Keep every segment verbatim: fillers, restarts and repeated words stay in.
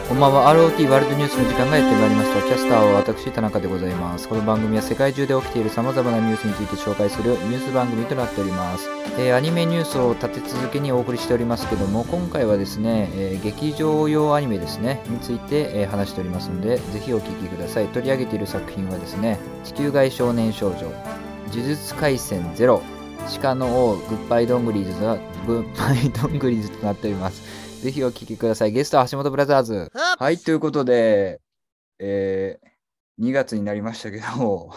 こんばんは。 アールオーティー ワールドニュースの時間がやってまいりました。キャスターは私田中でございます。この番組は世界中で起きている様々なニュースについて紹介するニュース番組となっております。えー、アニメニュースを立て続けにお送りしておりますけども、今回はですね、えー、劇場用アニメですねについて、えー、話しておりますので、ぜひお聞きください。取り上げている作品はですね、地球外少年少女、呪術廻戦ゼロ、鹿の王、グッバイドングリーズがグッバイドングリーズとなっております。ぜひお聞きください。ゲストは橋本ブラザーズ。はい、ということで、えー、にがつになりましたけど、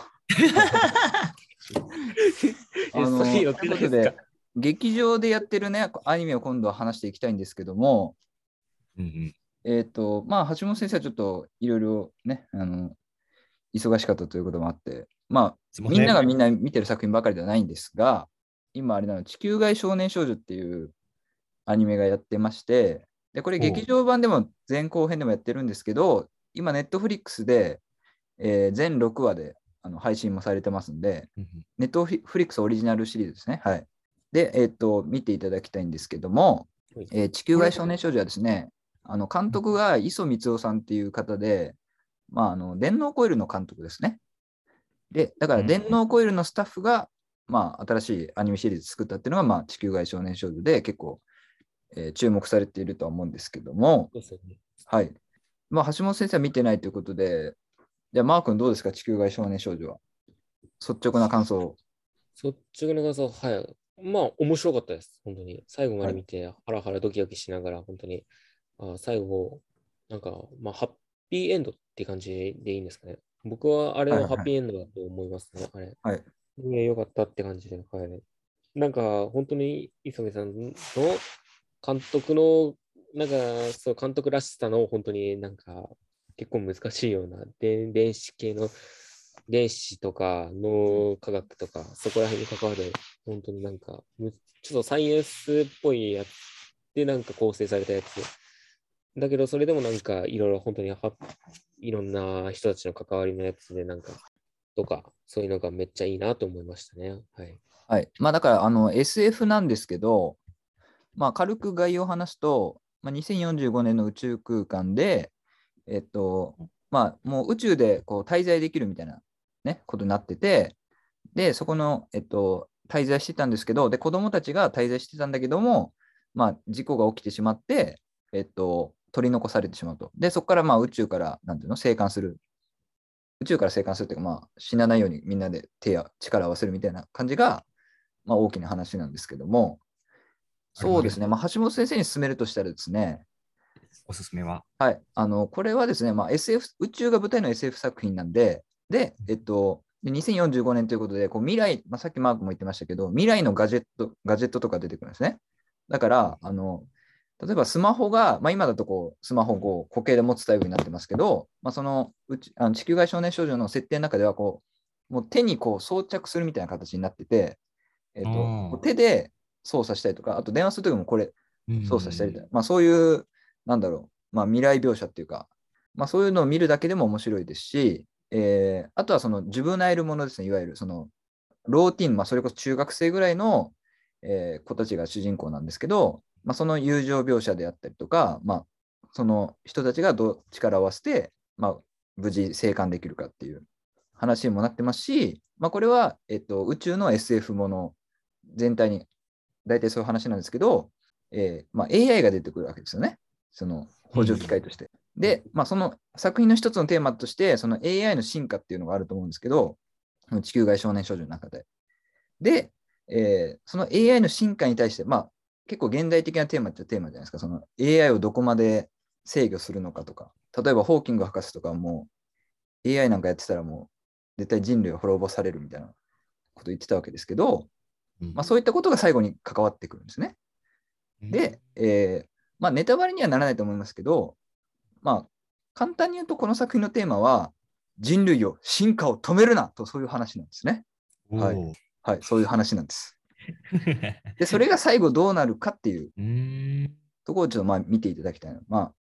あの、ということで、劇場でやってるね、アニメを今度は話していきたいんですけども、うんうん、えっ、ー、と、まあ、橋本先生はちょっといろいろね、あの、忙しかったということもあって、まあ、みんながみんな見てる作品ばかりではないんですが、今あれなの、地球外少年少女っていうアニメがやってまして、で、これ劇場版でも前後編でもやってるんですけど、今、ネットフリックスで、えー、全ろくわであの配信もされてますんで、ネットフリックスオリジナルシリーズですね。はい。で、えー、っと、見ていただきたいんですけども、えー、地球外少年少女はですね、あの監督が磯光雄さんっていう方で、まあ、あの電脳コイルの監督ですね。で、だから電脳コイルのスタッフが、まあ、新しいアニメシリーズ作ったっていうのが、まあ、地球外少年少女で結構、えー、注目されているとは思うんですけども、はい。まあ、橋本先生は見てないということで、じゃあ、マー君どうですか、地球外少年少女は。率直な感想。 率直な感想、はい。まあ、面白かったです。本当に。最後まで見て、はい、ハラハラドキドキしながら、本当に、あ最後、なんか、まあ、ハッピーエンドって感じでいいんですかね。僕はあれはハッピーエンドだと思いますね。はいはい、あれ。はい。よかったって感じで。はい。なんか、本当に、磯部さんの監督の、なんか、そう、監督らしさの、本当になんか、結構難しいような、で電子系の、電子とか脳科学とか、そこら辺に関わる、本当になんか、ちょっとサイエンスっぽいやつでなんか構成されたやつ。だけど、それでもなんか、いろいろ本当にいろんな人たちの関わりのやつで、なんか、とか、そういうのがめっちゃいいなと思いましたね。はい。 はい。まあ、だから、あの、エスエフ なんですけど、まあ、軽く概要を話すと、まあ、にせんよんじゅうごねんの宇宙空間で、えっと、まあ、もう宇宙でこう滞在できるみたいな、ね、ことになってて、で、そこの、えっと、滞在してたんですけど、で、子供たちが滞在してたんだけども、まあ、事故が起きてしまって、えっと、取り残されてしまうと。で、そこからまあ宇宙から、なんていうの、生還する。宇宙から生還するっていうか、まあ、死なないようにみんなで手や力を合わせるみたいな感じが、まあ、大きな話なんですけども、そうですね、まあ、橋本先生に勧めるとしたらですね、 おすすめははい、あのこれはですね、まあ、エスエフ、宇宙が舞台の エスエフ 作品なんで、で、えっと、にせんよんじゅうごねんということで、こう未来、まあ、さっきマークも言ってましたけど、未来のガジェット、ガジェットとか出てくるんですね。だから、あの例えばスマホが、まあ、今だとこうスマホをこう固形で持つタイプになってますけど、まあ、そのうちあの地球外少年少女の設定の中ではこう、もう手にこう装着するみたいな形になってて、えっと、手で操作したりとか、あと電話するときもこれ操作したりとか、まあ、そういう、なんだろう、まあ、未来描写っていうか、まあ、そういうのを見るだけでも面白いですし、えー、あとはそのジュブナイルものですね、いわゆるそのローティン、まあ、それこそ中学生ぐらいの、えー、子たちが主人公なんですけど、まあ、その友情描写であったりとか、まあ、その人たちがどう力を合わせて、まあ、無事生還できるかっていう話にもなってますし、まあ、これは、えっと、宇宙の エスエフ もの全体に大体そういう話なんですけど、えーまあ、エーアイ が出てくるわけですよね。その補助機械として。うん、で、まあ、その作品の一つのテーマとして、その エーアイ の進化っていうのがあると思うんですけど、地球外少年少女の中で。で、えーその エーアイ の進化に対して、まあ、結構現代的なテーマってテーマじゃないですか。その エーアイ をどこまで制御するのかとか。例えば、ホーキング博士とかも エーアイ なんかやってたらもう絶対人類は滅ぼされるみたいなこと言ってたわけですけど、まあ、そういったことが最後に関わってくるんですね。で、えーまあ、ネタバレにはならないと思いますけど、まあ、簡単に言うとこの作品のテーマは人類を進化を止めるなと、そういう話なんですね。はい、はい、そういう話なんです。で、それが最後どうなるかっていうところをちょっとまあ見ていただきたいな。まあ、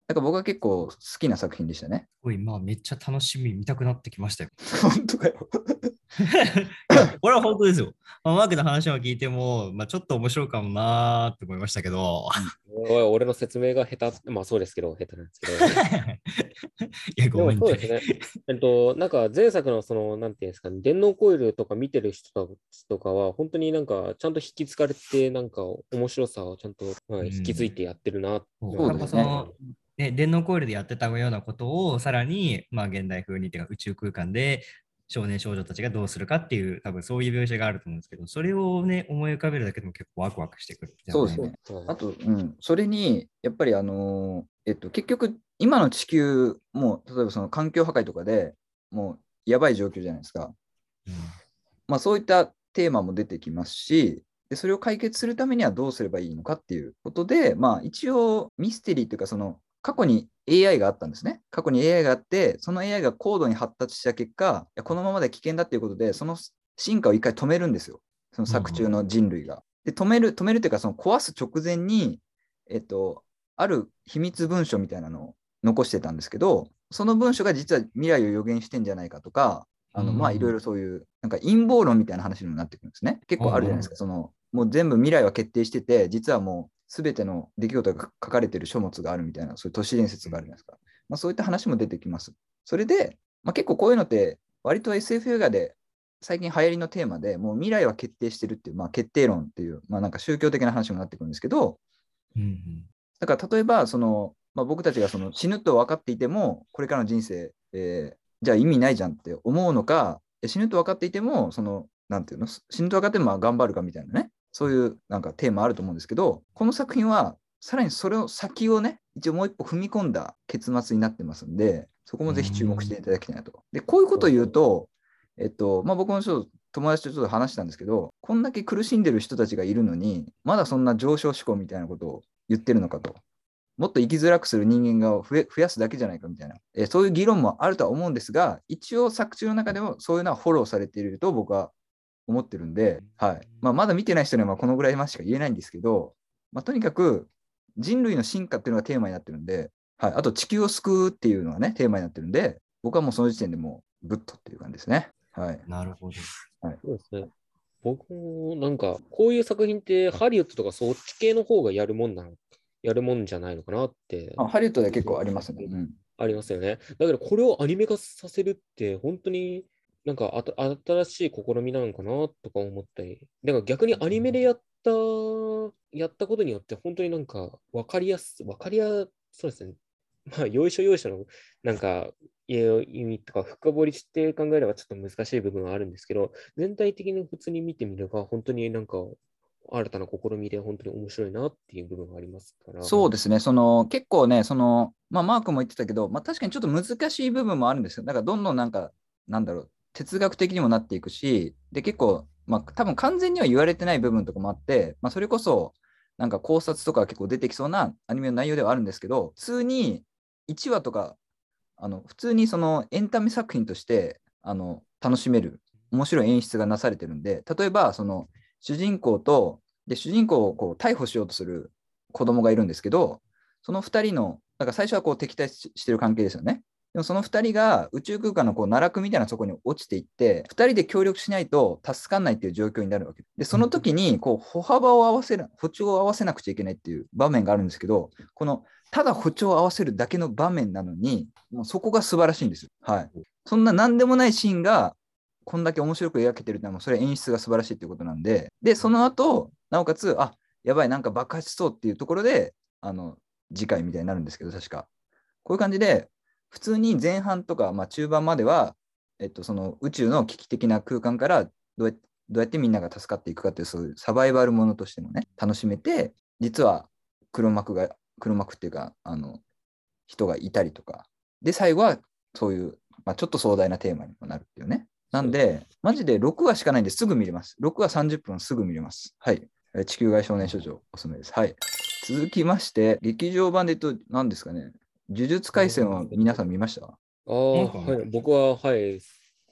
だから僕は結構好きな作品でしたね。 すごい、まあ、めっちゃ楽しみ、見たくなってきましたよ。 本当かよ。 いや、これは本当ですよ。まあ、マークの話を聞いても、まあ、ちょっと面白いかもなーって思いましたけど。 おい俺の説明が下手、まあそうですけど、下手なんですけど。 いや、 でもごめんね。 そうですね。えっと、なんか前作のその、なんていうんですかね、電脳コイルとか見てる人とかは、本当になんかちゃんと引き継がれて、なんか面白さをちゃんと、まあ、引き継いてやってるな。 そうそうですねやっぱその、ね、電脳コイルでやってたようなことをさらに、まあ、現代風にっていうか宇宙空間で少年少女たちがどうするかっていう多分そういう描写があると思うんですけど、それをね思い浮かべるだけでも結構ワクワクしてくる。 そうですね。 はいあと、うん、それに、やっぱり、あのーえっと、結局、今の地球も、例えばその環境破壊とかでもうやばい状況じゃないですか。 うんまあ、そういったテーマも出てきますし、でそれを解決するためにはどうすればいいのかっていうことで、まあ、一応ミステリーというか、その過去に エーアイ があったんですね。過去に エーアイ があって、その エーアイ が高度に発達した結果、いやこのままで危険だっていうことで、その進化を一回止めるんですよ。その作中の人類が。で止める、止めるっていうか、その壊す直前に、えっと、ある秘密文書みたいなのを残してたんですけど、その文書が実は未来を予言してんじゃないかとか、あのまあいろいろそういうなんか陰謀論みたいな話にもなってくるんですね。結構あるじゃないですか。そのもう全部未来は決定してて、実はもうすべての出来事が書かれている書物があるみたいな、そういう都市伝説があるじゃないですか。まあ、そういった話も出てきます。それで、まあ、結構こういうのって割と エスエフ 映画で最近流行りのテーマで、もう未来は決定してるっていう、まあ、決定論っていう、まあ、なんか宗教的な話にもなってくるんですけど、 うんうんだから例えばその、まあ、僕たちがその死ぬと分かっていても、これからの人生、えーじゃあ意味ないじゃんって思うのか、死ぬと分かっていても、その、なんていうの、死ぬと分かってもまあ頑張るかみたいなね、そういうなんかテーマあると思うんですけど、この作品はさらにそれを先をね、一応もう一歩踏み込んだ結末になってますんで、そこもぜひ注目していただきたいなと。で、こういうことを言うと、えっと、まあ、僕もちょっと友達とちょっと話したんですけど、こんだけ苦しんでる人たちがいるのに、まだそんな上昇志向みたいなことを言ってるのかと。もっと生きづらくする人間が増え増やすだけじゃないかみたいな、えーそういう議論もあるとは思うんですが、一応作中の中でもそういうのはフォローされていると僕は思ってるんで、はいまあ、まだ見てない人にはまあこのぐらいましか言えないんですけど、まあ、とにかく人類の進化っていうのがテーマになってるんで、はい、あと地球を救うっていうのがね、テーマになってるんで、僕はもうその時点でもうグッドっていう感じですね。はい。 なるほど。 そうですね。僕もなんか、こういう作品ってハリウッドとかそっち系の方がやるもんなの、やるもんじゃないのかなってあハリウッドで結構ありますね。うん、 ありますよね。だけどこれをアニメ化させるって本当になんかあた新しい試みなのかなとか思ったり、だから逆にアニメでやった、やったことによって本当になんか分かりやす、分かりや、そうですね。まあ、要所要所のなんか意味とか深掘りして考えればちょっと難しい部分はあるんですけど、全体的に普通に見てみれば本当になんか新たな試みで本当に面白いなっていう部分がありますから。 そうですね、その結構ね、そのまあ、マークも言ってたけど、まあ、確かにちょっと難しい部分もあるんですよ。だからどんどんなんか、なんだろう、哲学的にもなっていくし、で、結構、まあ、多分完全には言われてない部分とかもあって、まあ、それこそ、なんか考察とか結構出てきそうなアニメの内容ではあるんですけど、普通にいちわとか、あの普通にそのエンタメ作品としてあの楽しめる、面白い演出がなされてるんで、例えば、その主人公と、で主人公をこう逮捕しようとする子供がいるんですけど、そのふたりの、だから最初はこう敵対してる関係ですよね。でもそのふたりが宇宙空間のこう奈落みたいなところに落ちていって、ふたりで協力しないと助かんないっていう状況になるわけで、その時にこう歩幅を合わせる、歩調を合わせなくちゃいけないっていう場面があるんですけど、このただ歩調を合わせるだけの場面なのに、もうそこが素晴らしいんですよ。はい。そんな何でもないシーンがこんだけ面白く描けてるってのは、もうそれ演出が素晴らしいっていうことなんで、で、その後、なおかつ、あ、やばい、なんか爆発しそうっていうところで、あの、次回みたいになるんですけど、確か。こういう感じで、普通に前半とか、まあ、中盤までは、えっと、その宇宙の危機的な空間からどうやって、どうやってみんなが助かっていくかっていう、そういうサバイバルものとしてもね、楽しめて、実は黒幕が、黒幕っていうか、あの、人がいたりとか、で、最後はそういう、まあ、ちょっと壮大なテーマにもなるっていうね。なんで、マジでろくわしかないんですぐ見れます。ろくわさんじゅっぷんすぐ見れます。はい。地球外少年少女おすすめです。はい。続きまして、劇場版で言うと何ですかね。呪術廻戦は皆さん見ました？ ああ、はい。僕は、はい。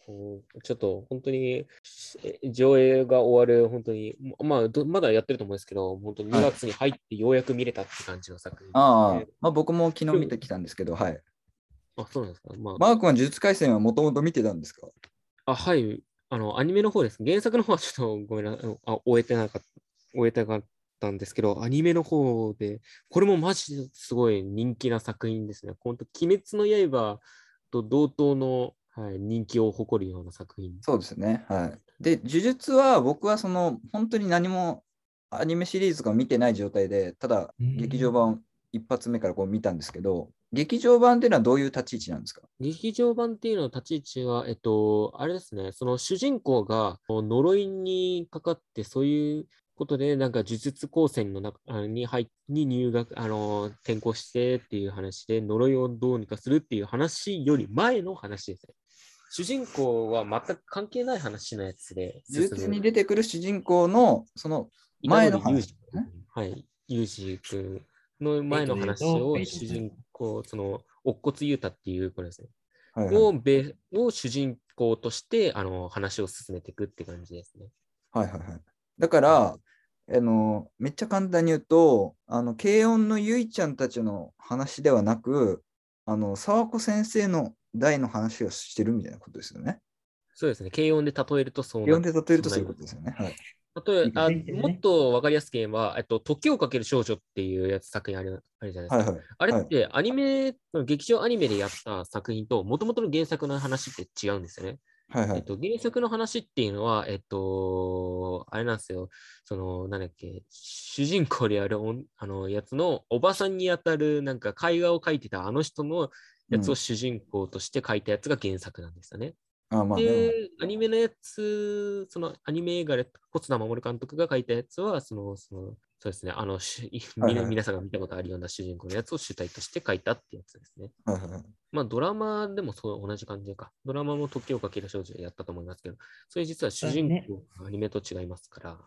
ちょっと本当に上映が終わる、本当に、まあ、まだやってると思うんですけど、本当ににがつに入ってようやく見れたって感じの作品ですね。 ああ、まあ、僕も昨日見てきたんですけど、はい。 あ、そうなんですか。まあ、 マー君は呪術廻戦はもともと見てたんですか？ あ、はい。あの、アニメの方です。原作の方はちょっとごめんなさい。あ、終えてなかった、終えてなかったんですけど、アニメの方で、これもマジですごい人気な作品ですね。本当、鬼滅の刃と同等の、はい、人気を誇るような作品。 そうですね。はい。で、呪術は僕はその本当に何もアニメシリーズとか見てない状態で、ただ劇場版一発目からこう見たんですけど、劇場版っていうのはどういう立ち位置なんですか？ 劇場版っていうのの立ち位置は、えっと、あれですね、その主人公が呪いにかかって、そういうことで、なんか呪術高専の中あに入に入学、あの、転校してっていう話で、呪いをどうにかするっていう話より前の話ですね。主人公は全く関係ない話のやつで呪術に出てくる主人公のその前前の話。 の話。はい、ユージ君の前の話を主人公、その、乙骨雄太っていう子ですね。 はいはい、 をべを主人公としてあの話を進めていくって感じですね。 はいはいはい。だから、あのめっちゃ簡単に言うと、あの軽音のゆいちゃんたちの話ではなく、あの沢子先生の代の話をしてるみたいなことですよね。 そうですね。軽音で例えるとそうな軽音で例えるとそういうことですよね。はい。 例えあいいね、 もっと分かりやすく言えば、えっと、時をかける少女っていうやつ作品あるあるじゃないですか。 はいはい、 あれはい、 ってアニメ、劇場アニメでやった作品と、もともとの原作の話って違うんですよね。 はいはい。 えっと、原作の話っていうのは、えっと、あれなんですよ。その、なんだっけ、主人公であるおんあのやつのおばさんにあたる、なんか絵画を描いてたあの人のやつを主人公として描いたやつが原作なんですよね。 あ、まあね。 で、アニメのやつ、そのアニメ映画で小津田守監督が書いたやつは、その、その、そうですね、あの、しはいはい、 皆さんが見たことあるような主人公のやつを主体として書いたってやつですね。 はいはいはい。 まあ、ドラマでもそう同じ感じか。ドラマも時をかける少女でやったと思いますけど、それ実は主人公がアニメと違いますから。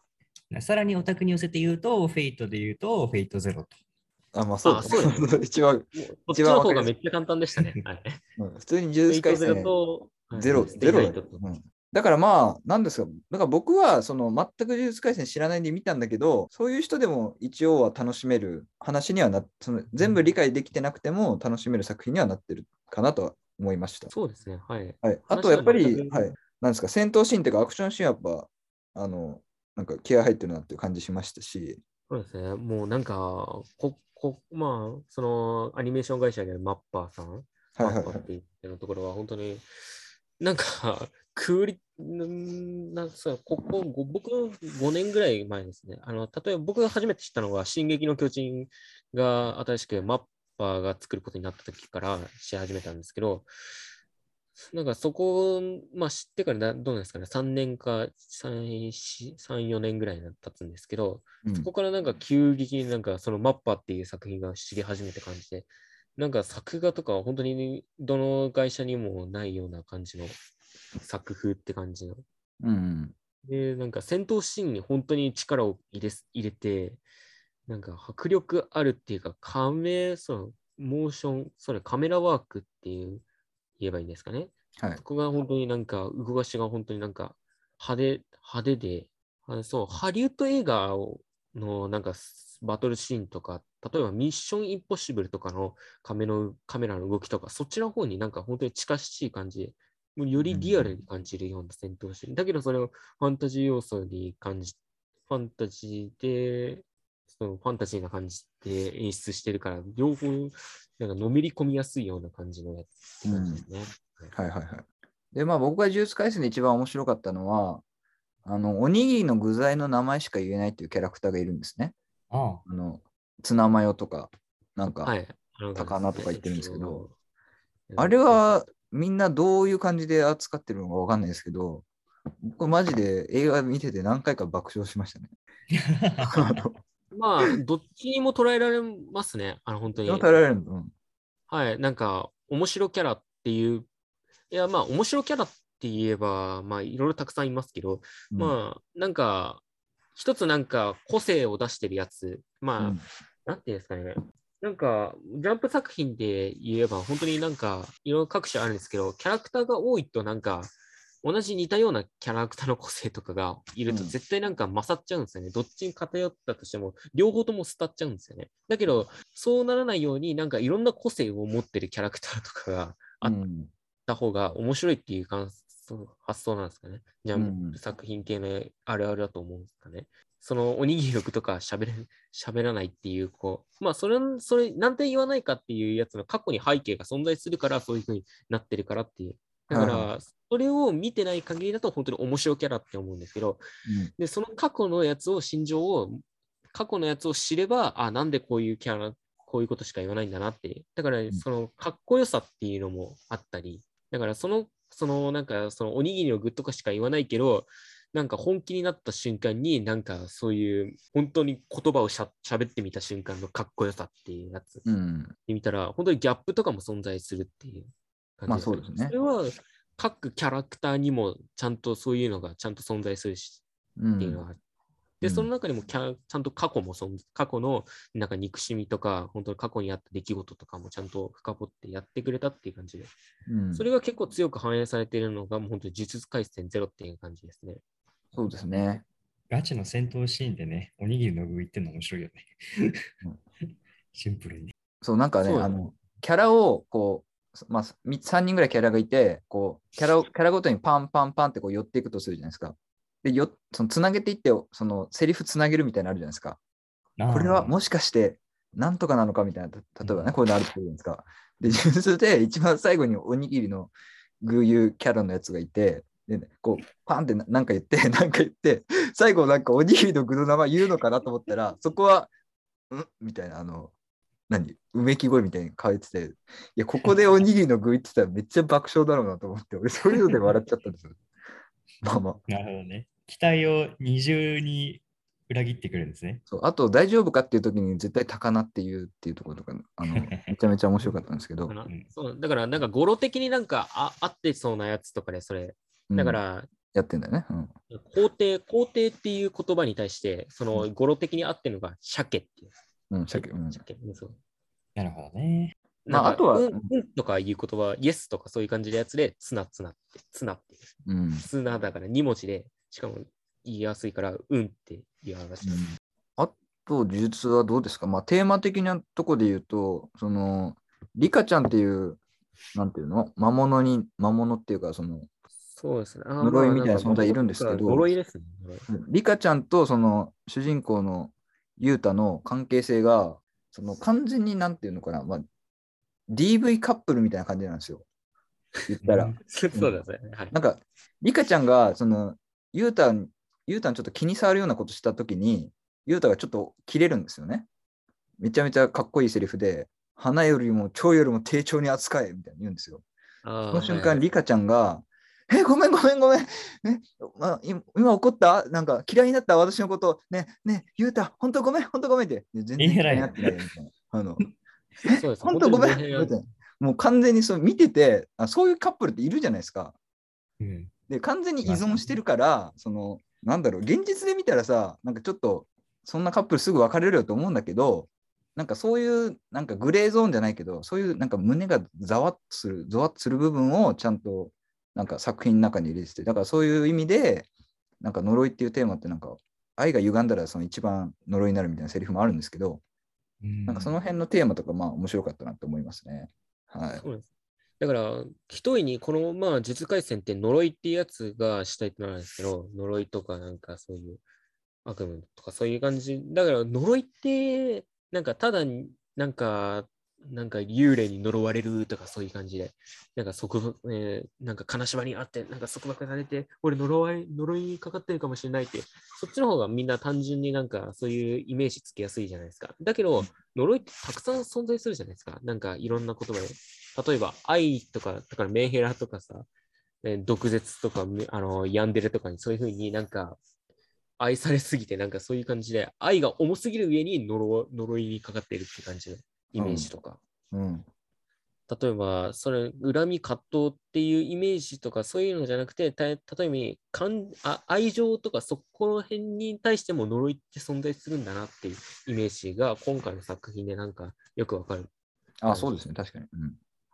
さらにオタクに寄せて言うと、フェイトで言うと、フェイトゼロと。 あ、まあそうだ。 あ、そうですね。 一番、 こっちの方がめっちゃ簡単でしたね。はい。 うん、普通に呪術廻戦と、 ゼロ、ゼロだよ、うん。だからまあ、なんですか、だから僕はその全く呪術廻戦知らないんで見たんだけど、そういう人でも一応は楽しめる話にはなその全部理解できてなくても楽しめる作品にはなってるかなとは思いました。 そうですね。はい。 はい、あとやっぱり、はい、なんですか、戦闘シーンというかアクションシーンはやっぱ、あの、なんか気合入ってるなっていう感じしましたし。 そうですね。もうなんか、こ、こ、まあ、そのアニメーション会社であるマッパーさん、 はいはいはい、 マッパーっていうのところは本当に、なんか、クーリ、んなんかここ、僕のごねんぐらい前ですね。あの、例えば僕が初めて知ったのは、進撃の巨人が新しくマッパーが作ることになった時からし始めたんですけど、なんかそこを、まあ、知ってからどうなんですかね、さんねんかさん、よねんぐらい経つんですけど、うん、そこからなんか急激になんかそのマッパっていう作品が知り始めた感じで、なんか作画とかは本当にどの会社にもないような感じの作風って感じの。 うん、 で、なんか戦闘シーンに本当に力を入れ入れて、なんか迫力あるっていうか、カメ、そのモーション、それカメラワークっていう、言えばいいんですかね。はい、そこが本当になんか、動かしが本当になんか派手、派手で、あそう、ハリウッド映画のなんかバトルシーンとか、例えばミッションインポッシブルとかのカメのカメラの動きとか、そっちの方になんか本当に近しい感じで、よりリアルに感じるような戦闘シーン。だけどそれをファンタジー要素に感じ、ファンタジーで、そのファンタジーな感じで演出してるから、両方なんかのめり込みやすいような感じのやつって感じですね。 うん、はいはいはい。で、まあ僕が呪術廻戦で一番面白かったのは、あの、おにぎりの具材の名前しか言えないっていうキャラクターがいるんですね。ああのツナマヨとか、なんか、はい、高菜とか言ってるんですけど、あれはみんなどういう感じで扱ってるのかわかんないですけど、僕マジで映画見てて何回か爆笑しましたね。 まあ、どっちにも捉えられますね。あの、本当に。 捉えられるの、うん、 はい。なんか、面白キャラっていう、いや、まあ、面白キャラって言えば、まあ、いろいろたくさんいますけど、うん、まあ、なんか、一つなんか、個性を出してるやつ、まあ、うん、なんていうんですかね。なんか、ジャンプ作品で言えば、本当になんか、いろいろ各種あるんですけど、キャラクターが多いとなんか、 同じ似たようなキャラクターの個性とかがいるとうん絶対なんか勝っちゃうんですよね。どっちに偏ったとしても両方とも廃っちゃうんですよね。だけどそうならないようになんかいろんな個性を持ってるキャラクターとかがあっうん。 た方が面白いっていう感想発想なんですかね。ジャンうんプ作品系のあるあるだと思うんですかね。そのおにぎりの具とか喋れ喋らないっていう、こう、まあそれ、それ、なんて言わないかっていうやつの過去に背景が存在するからそういう風になってるからっていう。だかはいはら、それを見てない限りだと本当に面白キャラって思うんですけど、 い。うん。 で、その過去のやつを、心情を、過去のやつを知れば、あ、なんでこういうキャラ、こういうことしか言わないんだなって。だから、そのかっこよさっていうのもあったり、だからその、そのなんか、そのおにぎりの具とかしか言わないけど、なんか本気になった瞬間に、なんかそういう本当に言葉をしゃ喋ってみた瞬間のかっこよさっていうやつうん。 で見たら、本当にギャップとかも存在するっていう感まあじですね。 そうですねそれは各キャラクターにもちゃんとそういうのがちゃんと存在するしう。 っていうのがある。で、 うんその中にもキャちゃんと過去もそん、過去のなんか憎しみとか、本当に過去にあった出来事とかもちゃんと深掘ってやってくれたっていう感じで、 うんそれが結構強く反映されているのが、もう本当に呪術廻戦ゼロっていう感じですね。 そうですね。 ガチの戦闘シーンでね、おにぎりの具言ってんの面白いよね。シンプルに。 そう、なんかね、 そうあの、キャラを、こう、まあ、みさんにんぐらいキャラがいて、こう、キャラを、キャラごとにパンパンパンってこう寄っていくとするじゃないですか。で、よ、そのつなげていって、そのセリフつなげるみたいなのあるじゃないですか。これはもしかして、なんとかなのかみたいな、例えばね、こういうのあるって言うんですか。で、呪術で一番最後におにぎりの具いうキャラのやつがいて、で、ね、こう、パンってななんか言って、なんか言って、最後なんかおにぎりの具の名前言うのかなと思ったら、そこは、んみたいな、あの、何うめき声みたいに変えてて、いや、ここでおにぎりの具言ってたらめっちゃ爆笑だろうなと思って、俺そういうので笑っちゃったんですよ。まあまあ。 なるほどね。期待を二重に裏切ってくるんですね。 そうあと、大丈夫かっていう時に絶対高菜っていうっていうところとか、あの、めちゃめちゃ面白かったんですけど。 うんそうだから、なんか語呂的になんかああってそうなやつとかで、それ。だから、 うん、やってんだよね。うん。 肯定、肯定っていう言葉に対して、その語呂的に合ってるのが鮭っていう。 うん、鮭うん、 鮭うんそうなるほどね。 まあ、 なんかあとは、 うん、うんとかいう言葉、イエスとかそういう感じのやつで、ツナツナって、ツナっていう。 うん。 ツナだからに文字で、しかも言いやすいから、うんって言われました。 あと、呪術はどうですか？まあ、テーマ的なとこで言うと、その、リカちゃんっていう、なんていうの魔物に、魔物っていうか、その、 そうですね。あー呪いみたいなまあんか存在いるんですけど呪いですね。呪いリカちゃんとその主人公のユータの関係性が、その完全になんていうのかな、まあ、ディーブイ カップルみたいな感じなんですよ。言ったら。 そうですね。はい。 なんか、リカちゃんが、その、ユータ、ユータにちょっと気に障るようなことしたときに、ユータがちょっと切れるんですよね。めちゃめちゃかっこいいセリフで、花よりも蝶よりも丁重に扱えみたいに言うんですよ。 あその瞬間、 ーはいはいリカちゃんが、え、ごめんごめんごめん。ね、まあ、今今怒ったなんか嫌いになった私のこと。ね、ね、ゆうた、本当ごめん、本当ごめんって。ね全然嫌いになってないよみたいな。あの、 そうです。 本当ごめん本当に語弊がみたいな。もう完全にそう見ててあ、そういうカップルっているじゃないですか。 うん。 で、完全に依存してるから、その、なんだろう、現実で見たらさ、なんかちょっと、そんなカップルすぐ別れるよと思うんだけど、なんかそういう、なんかグレーゾーンじゃないけど、そういうなんか胸がざわっとする、ゾワッとする部分をちゃんと、なんか作品の中に入れてて、だからそういう意味で、なんか呪いっていうテーマってなんか、愛が歪んだらその一番呪いになるみたいなセリフもあるんですけど、 うんなんかその辺のテーマとか、まあ面白かったなと思いますね。はい。 そうです。だから、一重にこの、まあ、呪術廻戦って呪いっていうやつが主体となるんですけど、呪いとかなんかそういう悪夢とかそういう感じ。だから、呪いって、なんかただに、なんか、なんか幽霊に呪われるとかそういう感じで、なんか束縛、えーなんか金縛りにあって、なんか束縛されて、俺呪い、呪いにかかってるかもしれないっていう、そっちの方がみんな単純になんかそういうイメージつきやすいじゃないですか。だけど、呪いってたくさん存在するじゃないですか。なんかいろんな言葉で。例えば、愛とか、だからメンヘラとかさ、ね毒舌とか、めあの、ヤンデレとかにそういうふうになんか愛されすぎて、なんかそういう感じで、愛が重すぎる上に呪呪いにかかっているって感じのイメージとか。 うん。 例えば、それ、恨み、葛藤っていうイメージとか、そういうのじゃなくて、た例えばかんあ、愛情とか、そこの辺に対しても呪いって存在するんだなっていうイメージが、今回の作品でなんかよくわかる。 あ、そうですね、確かに。うん。 はい。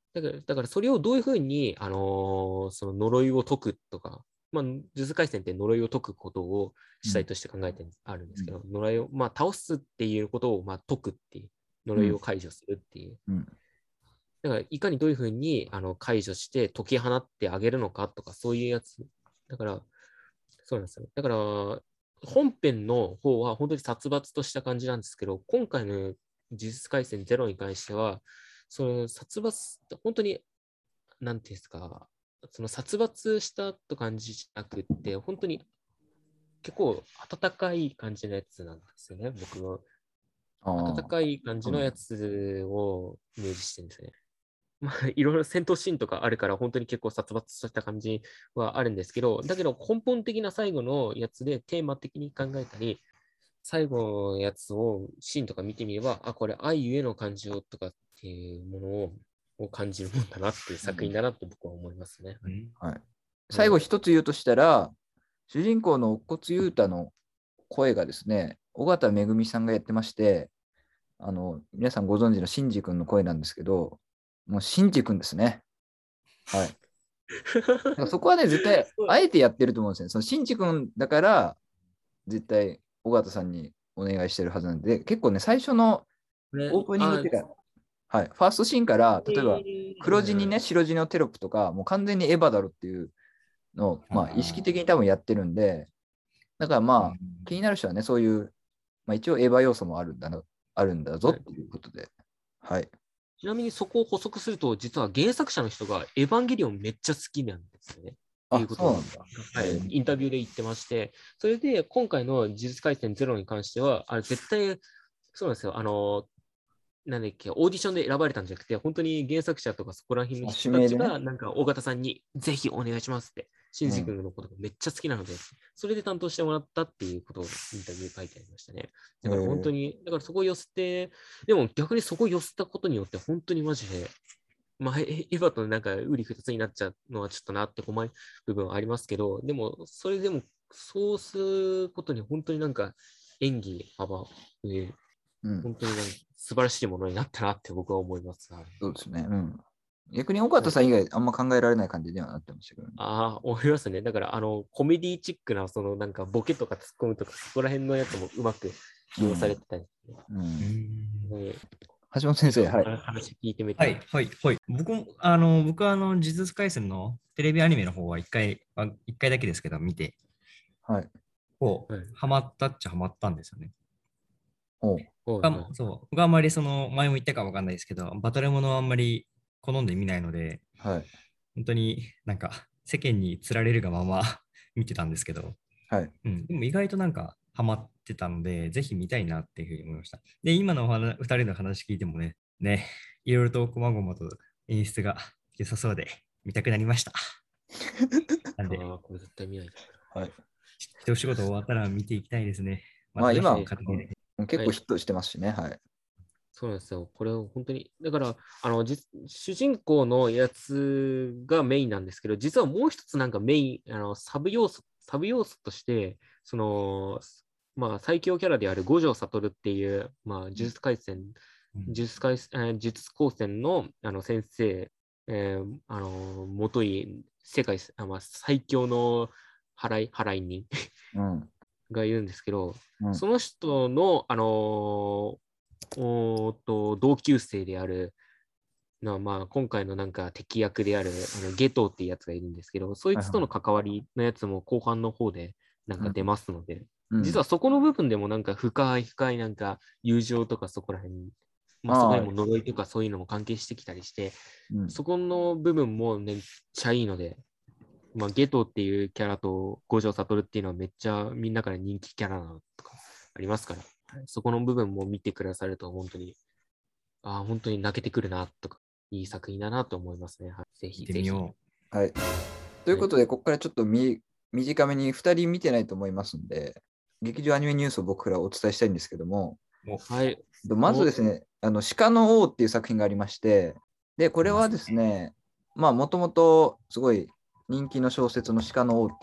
だから、だからそれをどういうふうに、あのーその呪いを解くとか、まあ、呪術廻戦って呪いを解くことを主体として考えてあるんですけど、呪いを、まあ、倒すっていうことを、まあ、解くっていう、呪いを解除するっていう。 うん。 だから、いかにどういうふうにあの解除して解き放ってあげるのかとか、そういうやつ。だから、そうなんですよ。だから、本編の方は本当に殺伐とした感じなんですけど、今回の呪術廻戦ゼロに関しては、その殺伐、本当に、なんていうんですか、その殺伐したと感じじゃなくって、本当に結構温かい感じのやつなんですよね、僕は。 あ温かい感じのやつをイメージしてるんですね。まあ、いろいろ戦闘シーンとかあるから、本当に結構殺伐とした感じはあるんですけど、だけど根本的な最後のやつでテーマ的に考えたり、最後のやつをシーンとか見てみれば、あ、これ愛ゆえの感情とかっていうものをを感じるもんだなっていう作品だなって僕は思いますね。 うんあ。はい。最後一つ言うとしたら、主人公の乙骨憂太の声がですね、尾形めぐみさんがやってまして、あの、皆さんご存知のシンジ君の声なんですけど、もうシンジ君ですね。はい。だからそこはね、絶対、あえてやってると思うんですね。そのシンジ君だから、絶対、尾形さんにお願いしてるはずなんで、結構ね、最初のねオープニングっあていうか、はい、ファーストシーンから、例えば、黒地にね、 うん白地のテロップとか、もう完全にエヴァだろっていうのを、まあ、意識的に多分やってるんで、だからまあ、気になる人はね、そういう、まあ、一応エヴァ要素もあるんだな、あるんだぞっていうことで、はい。 ちなみにそこを補足すると、実は原作者の人がエヴァンゲリオンめっちゃ好きなんですよね。っていあ、 うことをそうなんだ。 はい、インタビューで言ってまして、それで今回の呪術廻戦ゼロに関しては、あれ絶対、そうなんですよ、あの、なんだっけ、オーディションで選ばれたんじゃなくて、本当に原作者とかそこら辺の人たちが、 指名でね。 なんか、尾形さんにぜひお願いしますって、シンジ君のことがめっちゃ好きなので、それで担当してもらったっていうことをインタビューで書いてありましたね。だから本当に、だからそこを寄せて、でも逆にそこを寄せたことによって、本当にマジで、まあ、エエヴァとなんか、ウリ二つになっちゃうのはちょっとなって困る部分はありますけど、でも、それでも、そうすることに本当になんか、演技幅上、 うん、 本当になんか素晴らしいものになったなって僕は思います。はいそうですね。うん。逆に尾形さん以外あんま考えられない感じにはなってましたけどね。 ああ、思いますね。だから、あの、コメディチックな、そのなんかボケとかツッコミとか、そこら辺のやつもうまく起用されてたりして、 うん。 うんね橋本先生、はい。 話聞いてみて。 はい、はい、はい。僕も、あの、僕は、あの、呪術廻戦のテレビアニメの方は一回、あ一回だけですけど、見て、 はい。 こう、 はいハマったっちゃハマったんですよね。 おう。 はいあはいそう。僕はあんまり、その、前も言ったかわかんないですけど、バトルものはあんまり好んで見ないので、 はい。 本当になんか、世間につられるがまま見てたんですけど、 はい。 うん、でも意外となんかハマってたので、ぜひ見たいなっていうふうに思いました。で、今のお話ふたりの話聞いてもね、ね、いろいろと細々と演出が良さそうで見たくなりました。なんで、 ああ、これ絶対見ないと。 はい。 一仕事終わったら見ていきたいですね。 まあ今、 ぜひ買ってみてうん結構ヒットしてますしね。はい。 そうなんですよ。これを本当に、だから、あの、じ主人公のやつがメインなんですけど、実はもう一つなんかメイン、あの、サブ要素、サブ要素として、その、まあ、最強キャラである五条悟っていう、まあ、呪術廻戦、 うん呪術廻戦、えー呪術高専のあの先生、えーあの、もとい、世界、あまあ、最強の払い、払い人うん。 がいるんですけど、 うん。 その人の、あのーおーっと同級生である、なまあ、今回のなんか敵役であるあのゲトっていうやつがいるんですけど、そいつとの関わりのやつも後半の方でなんか出ますので、 うん、 実はそこの部分でもなんか深い深いなんか友情とかそこら辺に、まあ、そこにも呪いとかそういうのも関係してきたりして、 うん、 そこの部分もめっちゃいいので、まあ、ゲトっていうキャラと五条悟っていうのはめっちゃみんなから人気キャラなのとかありますから、そこの部分も見てくださると本当に、ああ、本当に泣けてくるなとか、いい作品だなと思いますね。はい、ぜひ見てぜひ。 みよはい。ということで、ここからちょっとみ短めにふたり見てないと思いますんで、劇場アニメニュースを僕からお伝えしたいんですけども、 はい。 まずですね、あの鹿の王っていう作品がありまして、で、これはですね、まあ、もともとすごい人気の小説の鹿の王っていう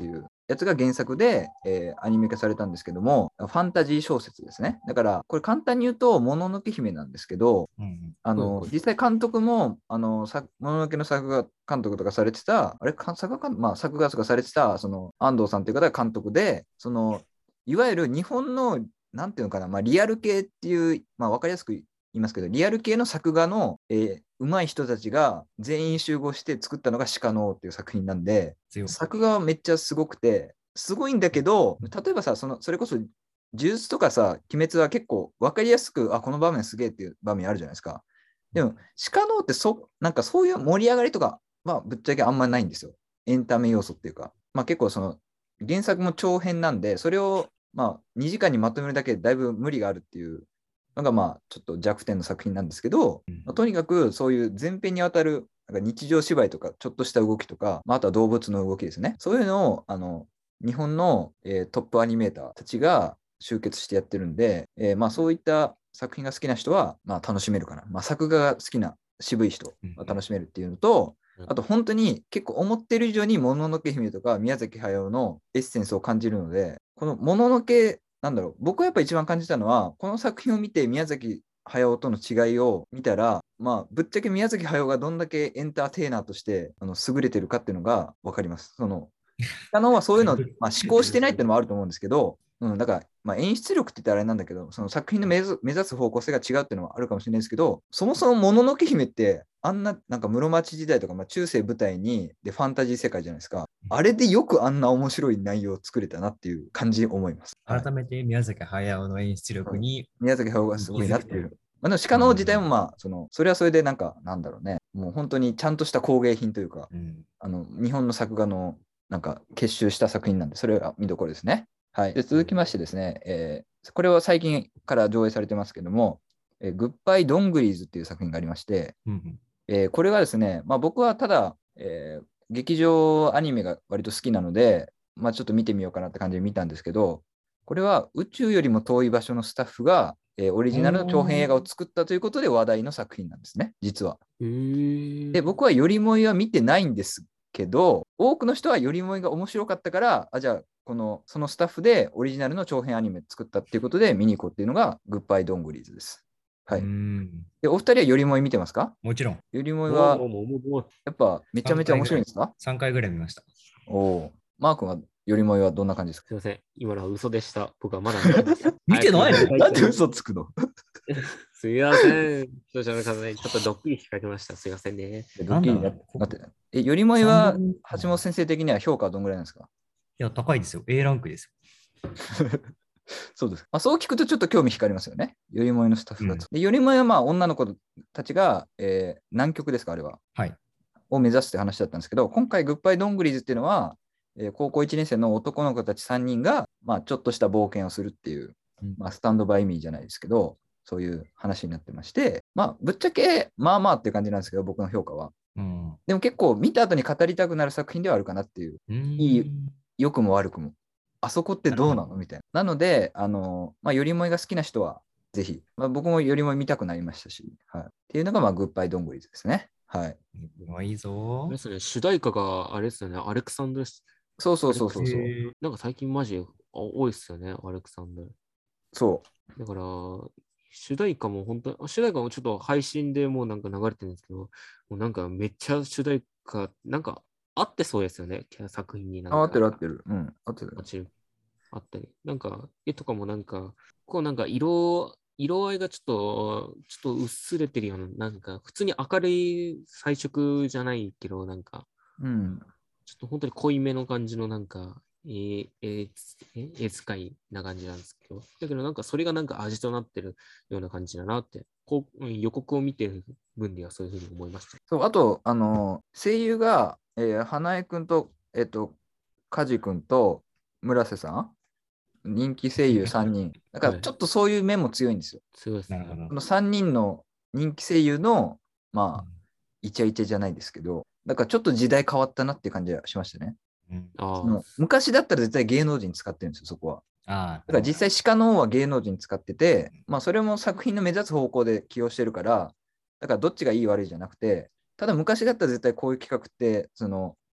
やつが原作で、えーアニメ化されたんですけども、ファンタジー小説ですね。だから、これ簡単に言うと、もののけ姫なんですけど、 うんあの、 はい実際監督も、あの、さもののけの作画監督とかされてた、あれ、か作画監まあ、作画とかされてた、その、安藤さんという方が監督で、その、いわゆる日本の、なんていうのかな、まあ、リアル系っていう、まあ、わかりやすく言いますけど、リアル系の作画の、えー上手い人たちが全員集合して作ったのが鹿の王っていう作品なんで、 強い。 作画はめっちゃすごくて、すごいんだけど、例えばさ、そのそれこそ、呪術とかさ、鬼滅は結構分かりやすく、あ、この場面すげえっていう場面あるじゃないですか。でも、鹿の王ってそ、なんかそういう盛り上がりとか、まあ、ぶっちゃけあんまないんですよ。エンタメ要素っていうか。まあ結構その、原作も長編なんで、それを、まあ、にじかんにまとめるだけでだいぶ無理があるっていうのが、まあ、ちょっと弱点の作品なんですけど、まあとにかくそういう前編にわたるなんか日常芝居とか、ちょっとした動きとか、まあ、あとは動物の動きですね。そういうのを、あの、日本の、えートップアニメーターたちが集結してやってるんで、えーまあ、そういった作品が好きな人は、まあ、楽しめるかな。まあ、作画が好きな渋い人は楽しめるっていうのと、 うんあと本当に結構思ってる以上にもののけ姫とか宮崎駿のエッセンスを感じるので、このもののけ、なんだろう、僕はやっぱ一番感じたのは、この作品を見て宮崎駿との違いを見たら、まあ、ぶっちゃけ宮崎駿がどんだけエンターテイナーとしてあの優れてるかっていうのが分かります。その他のはそういうのを、まあ、思考してないっていうのもあると思うんですけど、うん、だから、まあ、演出力って言ったらあれなんだけど、その作品の目指目指す方向性が違うっていうのはあるかもしれないですけど、そもそももののけ姫って、あんな、なんか室町時代とか、まあ、中世舞台にでファンタジー世界じゃないですか。あれでよくあんな面白い内容を作れたなっていう感じ思います。はい改めて宮崎駿の演出力に宮崎駿がすごいなっていう。まあ、でも鹿の王自体もまあ、その、それはそれでなんか、なんだろうね、もう本当にちゃんとした工芸品というか、 うんあの、日本の作画のなんか結集した作品なんで、それが見どころですね。はい。で、続きましてですね、えーこれは最近から上映されてますけども、えーグッバイ・ドングリーズっていう作品がありまして、 うんえーこれはですね、まあ、僕はただ、えー劇場アニメが割と好きなので、まあ、ちょっと見てみようかなって感じで見たんですけど、これは宇宙よりも遠い場所のスタッフが、えーオリジナルの長編映画を作ったということで話題の作品なんですね、実は。 へーで、僕はよりもいは見てないんですけど、多くの人はよりもいが面白かったから、あ、じゃあ、この、そのスタッフでオリジナルの長編アニメ作ったっていうことで見に行こうっていうのが、グッバイ・ドングリーズです。はうい。 んで、お二人はよりもい見てますか？ もちろん、 よりもいもうは、 もうもうもうもうやっぱめちゃめちゃ面白いんですか？ さんかいぐらい見ました。 おおー。マー君はよりもいはどんな感じですか？ すいません。今のは嘘でした。僕はまだ見てません。 見てないの早くなんで嘘つくの？ すみません。視聴者の方にちょっとドッキリ仕掛けました。すみませんね。 ドッキリにななんだ待って。え、よりもいは三本橋本先生的には評価はどんぐらいなんですか？ いや、高いですよ。A ランクですそうです。まあ、そう聞くとちょっと興味惹かれますよね。よりもいのスタッフが。 うんでよりもいはまあ女の子たちが、えー南極ですか、あれは。 はい。 を目指すって話だったんですけど、今回、グッバイ・ドングリーズっていうのは、えー高校いちねん生の男の子たちさんにんが、まあ、ちょっとした冒険をするっていう、 うんまあ、スタンドバイミーじゃないですけど、そういう話になってまして、まあ、ぶっちゃけ、まあまあっていう感じなんですけど、僕の評価は。 うん。 でも結構、見た後に語りたくなる作品ではあるかなっていう、 うんいい良くも悪くも。あそこってどうなのみたいな。なので、あの、まあ、よりもいが好きな人は、ぜひ、まあ、僕もよりもい見たくなりましたし、はい。っていうのが、まあ、グッバイ・ドングリーズですね。はい。 まあいいぞあれですね、主題歌があれですよね、アレクサンドルス。 そうそうそうそうそう。 へーなんか最近マジあ多いっすよね、アレクサンドル。 そう。 だから、主題歌も本当に、主題歌もちょっと配信でもうなんか流れてるんですけど、もうなんかめっちゃ主題歌、なんか合ってそうですよね、作品になんか。 あ、合ってる合ってる。うん、合ってる。 あっちあったり。なんか、絵とかもなんか、こうなんか色、色合いがちょっと、ちょっと薄れてるような、なんか、普通に明るい彩色じゃないけど、なんか、 うん。 ちょっと本当に濃いめの感じのなんか、えー、えーえ絵使いな感じなんですけど、だけどなんかそれがなんか味となってるような感じだなって、こう予告を見てる分ではそういうふうに思いました。 そう、あと、あの、声優が、えー花江くんと、えっと、梶くんと村瀬さん、人気声優さんにん。だから、ちょっとそういう面も強いんですよ。 強いですね。 なるほどこ。のさんにんの人気声優の、まあ、イチャイチャじゃないですけど、だからちょっと時代変わったなっていう感じがしましたね。 うんあその昔だったら絶対芸能人使ってるんですよ、そこは。 ああ、 だから実際鹿の王は芸能人使ってて、まあそれも作品の目指す方向で起用してるから、だからどっちがいい悪いじゃなくて、ただ昔だったら絶対こういう企画って、その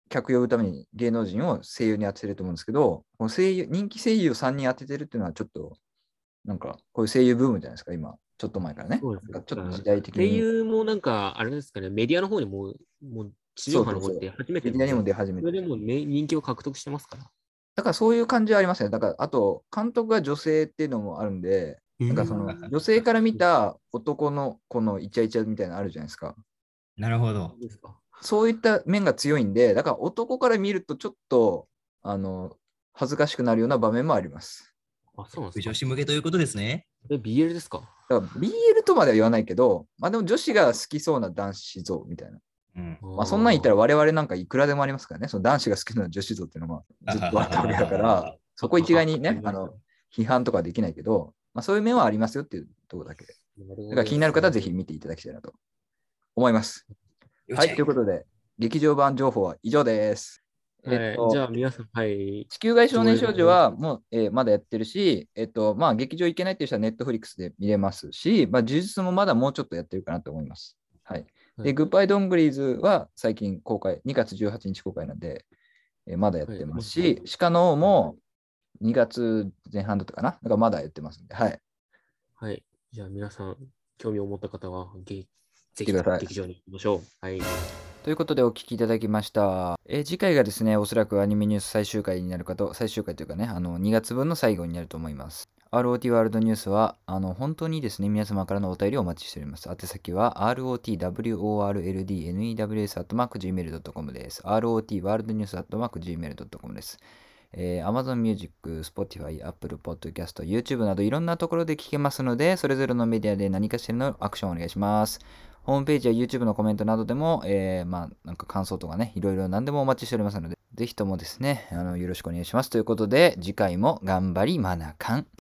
客呼ぶために芸能人を声優に当ててると思うんですけど、この声優人気声優をさんにん当ててるっていうのはちょっと、なんか、こういう声優ブームじゃないですか、今、ちょっと前からね。 そうですね。 なんかちょっと時代的声に。 優もなんか、あれですかね、メディアの方にも、もう地上波の方で初めてメディアにも出始めて。 それでもうね人気を獲得してますから。 だからそういう感じはありますね。だから、あと、監督が女性っていうのもあるんで、なんかその、女性から見た男の子のイチャイチャみたいなのあるじゃないですか。 なるほど。 ですか。 そういった面が強いんで、だから男から見るとちょっと、あの、恥ずかしくなるような場面もあります。 あ、そうなんですか。 女子向けということですね。 え、ビーエル ですか。 だから ビーエル とまでは言わないけど、まあでも女子が好きそうな男子像みたいな。 うん。 まあそんなん言ったら我々なんかいくらでもありますからね。その男子が好きな女子像っていうのがずっとあったわけだから、そこ一概にね、あの、批判とかできないけど、まあそういう面はありますよっていうところだけ。だから気になる方はぜひ見ていただきたいなと思います。はい、ということで、劇場版情報は以上です。 はい、 えっと、 じゃあ皆さん、はい。 地球外少年少女はもう、えーまだやってるし、えっと、まあ、劇場行けないっていう人はネットフリックスで見れますし、まあ、呪術もまだもうちょっとやってるかなと思います。はい。で、 はいグッバイドングリーズは最近公開、にがつじゅうはちにち公開なんで、えーまだやってますし、 はい鹿の王もにがつぜん半だったかな。だからまだやってますんで、はい。 はい。じゃあ皆さん、興味を持った方は、げぜひ来てください劇場に行きましょう。はい。 ということでお聞きいただきました。えー次回がですね、おそらくアニメニュース最終回になるかと、最終回というかね、あのにがつぶんの最後になると思います。アールオーティー ワールドニュースは、あの本当にですね、皆様からのお便りをお待ちしております。宛先は アールオーティーワールドニュース アットマーク ジーメールドットコム です。アールオーティー ワールドニュース アットマーク ジーメールドットコム です。えー、Amazon Music、Spotify、Apple Podcast、YouTube などいろんなところで聞けますので、それぞれのメディアで何かしらのアクションをお願いします。ホームページや YouTube のコメントなどでも、えー、まあ、なんか感想とかね、いろいろ何でもお待ちしておりますので、ぜひともですね、あのよろしくお願いします。ということで、次回も頑張りマナカン。